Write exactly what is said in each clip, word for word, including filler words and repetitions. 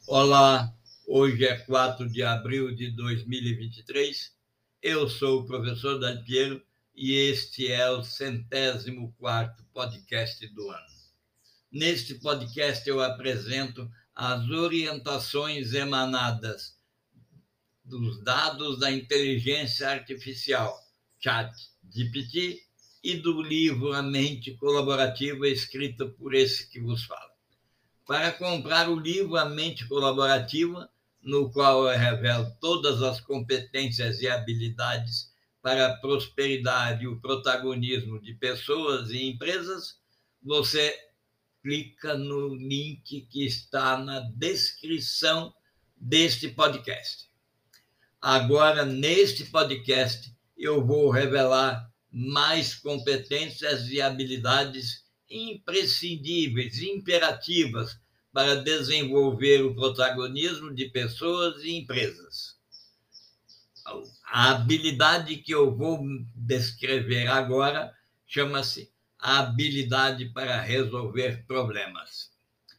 Olá, hoje é quatro de abril de dois mil e vinte e três. Eu sou o professor Dani Pinheiro e este é o centésimo quarto podcast do ano. Neste podcast eu apresento as orientações emanadas dos dados da inteligência artificial, ChatGPT, e do livro A Mente Colaborativa, escrito por esse que vos fala. Para comprar o livro A Mente Colaborativa, no qual eu revelo todas as competências e habilidades para a prosperidade e o protagonismo de pessoas e empresas, você clica no link que está na descrição deste podcast. Agora, neste podcast, eu vou revelar mais competências e habilidades imprescindíveis, imperativas para desenvolver o protagonismo de pessoas e empresas. A habilidade que eu vou descrever agora chama-se a habilidade para resolver problemas.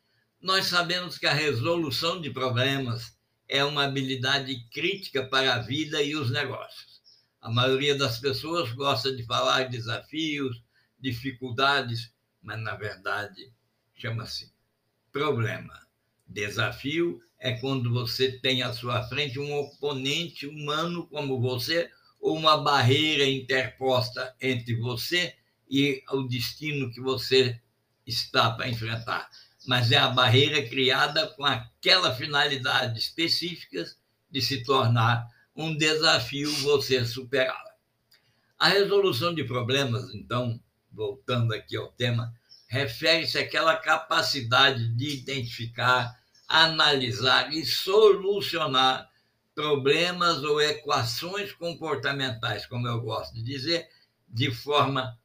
Nós sabemos que a resolução de problemas é uma habilidade crítica para a vida e os negócios. A maioria das pessoas gosta de falar de desafios, dificuldades, mas, na verdade, chama-se problema. Desafio é quando você tem à sua frente um oponente humano como você ou uma barreira interposta entre você e o destino que você está para enfrentar. Mas é a barreira criada com aquela finalidade específica de se tornar um desafio você superá-la. A resolução de problemas, então, voltando aqui ao tema, refere-se àquela capacidade de identificar, analisar e solucionar problemas ou equações comportamentais, como eu gosto de dizer, de forma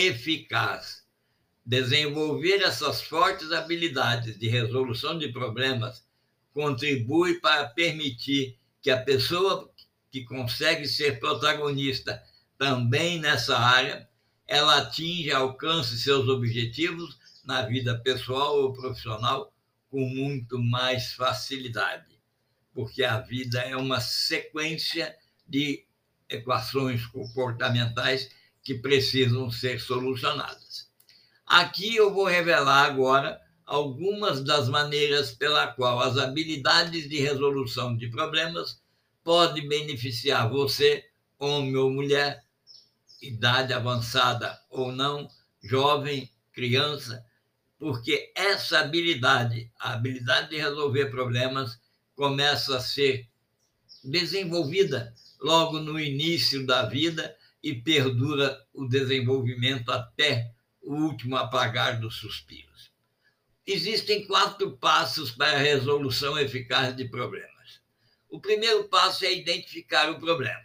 eficaz. Desenvolver essas fortes habilidades de resolução de problemas contribui para permitir que a pessoa que consegue ser protagonista também nessa área, ela atinja, alcance seus objetivos na vida pessoal ou profissional com muito mais facilidade, porque a vida é uma sequência de equações comportamentais que precisam ser solucionadas. Aqui eu vou revelar agora algumas das maneiras pela qual as habilidades de resolução de problemas podem beneficiar você, homem ou mulher, idade avançada ou não, jovem, criança, porque essa habilidade, a habilidade de resolver problemas, começa a ser desenvolvida logo no início da vida e perdura o desenvolvimento até o último apagar dos suspiros. Existem quatro passos para a resolução eficaz de problemas. O primeiro passo é identificar o problema.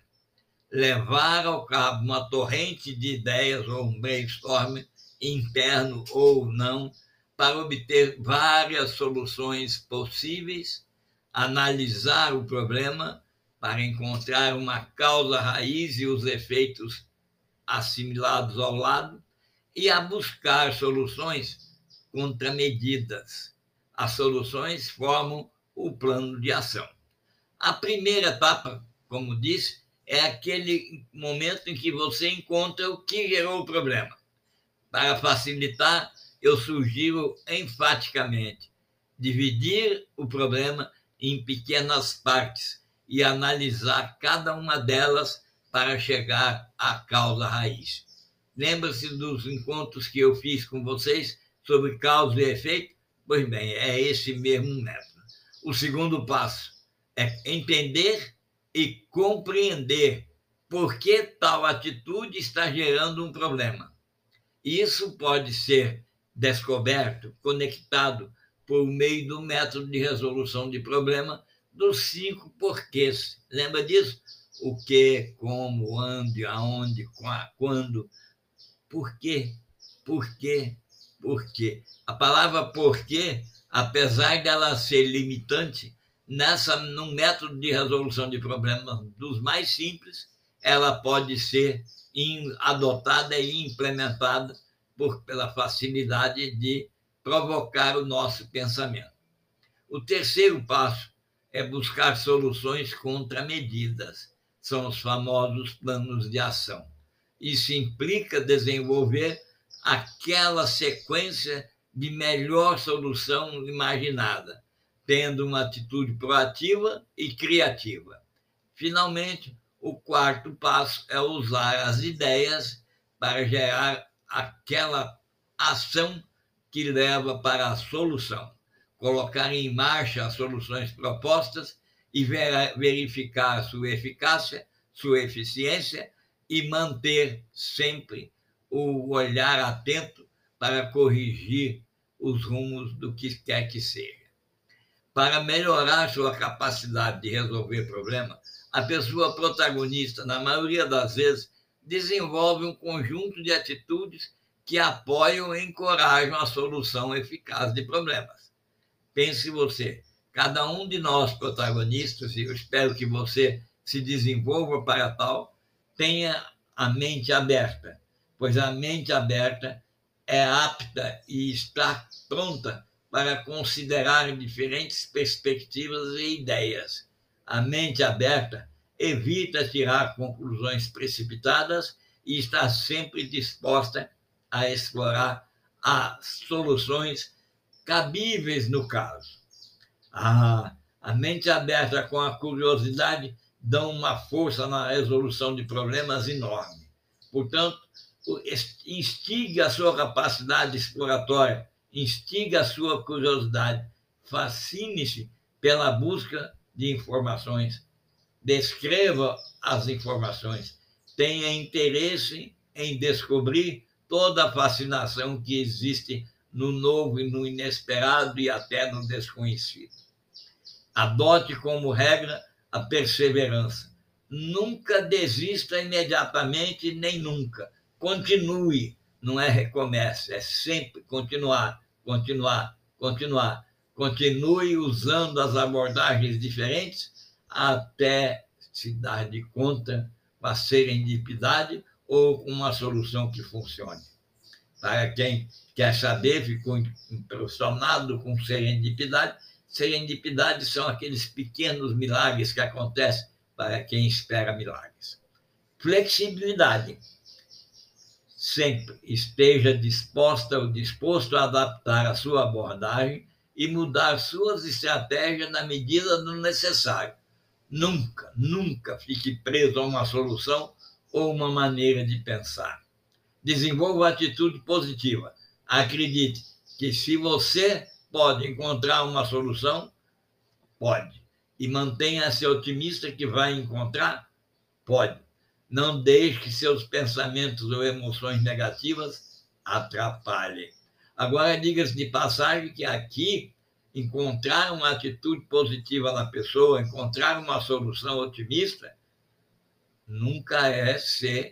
Levar ao cabo uma torrente de ideias ou um brainstorm interno ou não para obter várias soluções possíveis, analisar o problema para encontrar uma causa raiz e os efeitos assimilados ao lado e a buscar soluções contramedidas. As soluções formam o plano de ação. A primeira etapa, como disse, é aquele momento em que você encontra o que gerou o problema. Para facilitar, eu sugiro enfaticamente dividir o problema em pequenas partes e analisar cada uma delas para chegar à causa raiz. Lembra-se dos encontros que eu fiz com vocês sobre causa e efeito? Pois bem, é esse mesmo método. O segundo passo é entender e compreender por que tal atitude está gerando um problema. Isso pode ser descoberto, conectado por meio do método de resolução de problema dos cinco porquês. Lembra disso? O que, como, onde, aonde, quando. Por quê? Por quê? Por quê? A palavra porquê, apesar dela ser limitante, nessa, num método de resolução de problemas dos mais simples, ela pode ser adotada e implementada por, pela facilidade de provocar o nosso pensamento. O terceiro passo é buscar soluções contramedidas. São os famosos planos de ação. Isso implica desenvolver aquela sequência de melhor solução imaginada, tendo uma atitude proativa e criativa. Finalmente, o quarto passo é usar as ideias para gerar aquela ação que leva para a solução. Colocar em marcha as soluções propostas e verificar sua eficácia, sua eficiência e manter sempre o olhar atento para corrigir os rumos do que quer que seja. Para melhorar sua capacidade de resolver problemas, a pessoa protagonista, na maioria das vezes, desenvolve um conjunto de atitudes que apoiam e encorajam a solução eficaz de problemas. Pense você, cada um de nós protagonistas, e eu espero que você se desenvolva para tal, tenha a mente aberta, pois a mente aberta é apta e está pronta para considerar diferentes perspectivas e ideias. A mente aberta evita tirar conclusões precipitadas e está sempre disposta a explorar as soluções cabíveis no caso. Ah, a mente aberta com a curiosidade dão uma força na resolução de problemas enorme. Portanto, instigue a sua capacidade exploratória, instigue a sua curiosidade, fascine-se pela busca de informações, descreva as informações, tenha interesse em descobrir toda a fascinação que existe no novo e no inesperado e até no desconhecido. Adote como regra a perseverança. Nunca desista imediatamente, nem nunca. Continue, não é recomece, é sempre continuar, continuar, continuar. Continue usando as abordagens diferentes até se dar de conta com a serendipidade ou com uma solução que funcione. Para quem quer saber, ficou impressionado com serendipidade. Serendipidade são aqueles pequenos milagres que acontecem para quem espera milagres. Flexibilidade. Sempre esteja disposta ou disposto a adaptar a sua abordagem e mudar suas estratégias na medida do necessário. Nunca, nunca fique preso a uma solução ou uma maneira de pensar. Desenvolva atitude positiva. Acredite que se você pode encontrar uma solução, pode. E mantenha-se otimista que vai encontrar, pode. Não deixe que seus pensamentos ou emoções negativas atrapalhem. Agora, diga-se de passagem que aqui, encontrar uma atitude positiva na pessoa, encontrar uma solução otimista, nunca é ser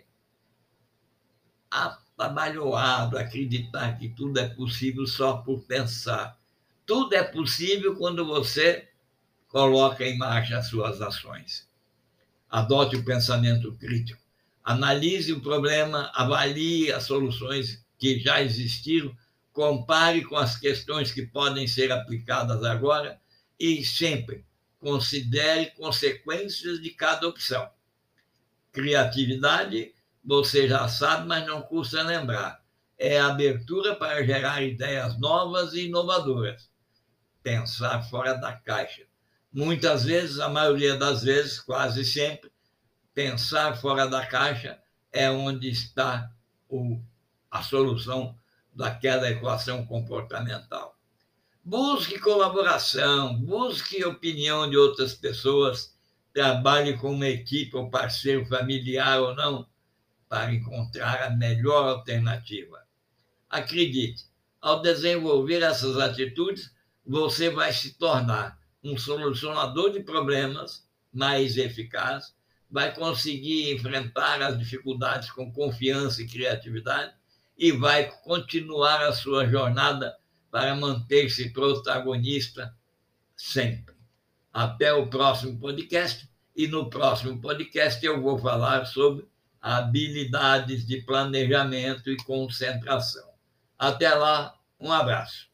atabalhoado, acreditar que tudo é possível só por pensar. Tudo é possível quando você coloca em marcha as suas ações. Adote o pensamento crítico. Analise o problema, avalie as soluções que já existiram, compare com as questões que podem ser aplicadas agora e sempre considere consequências de cada opção. Criatividade, você já sabe, mas não custa lembrar. É a abertura para gerar ideias novas e inovadoras. Pensar fora da caixa. Muitas vezes, a maioria das vezes, quase sempre, pensar fora da caixa é onde está o, a solução daquela equação comportamental. Busque colaboração, busque opinião de outras pessoas, trabalhe com uma equipe ou parceiro familiar ou não, para encontrar a melhor alternativa. Acredite, ao desenvolver essas atitudes, você vai se tornar um solucionador de problemas mais eficaz, vai conseguir enfrentar as dificuldades com confiança e criatividade e vai continuar a sua jornada para manter-se protagonista sempre. Até o próximo podcast, e no próximo podcast eu vou falar sobre habilidades de planejamento e concentração. Até lá, um abraço.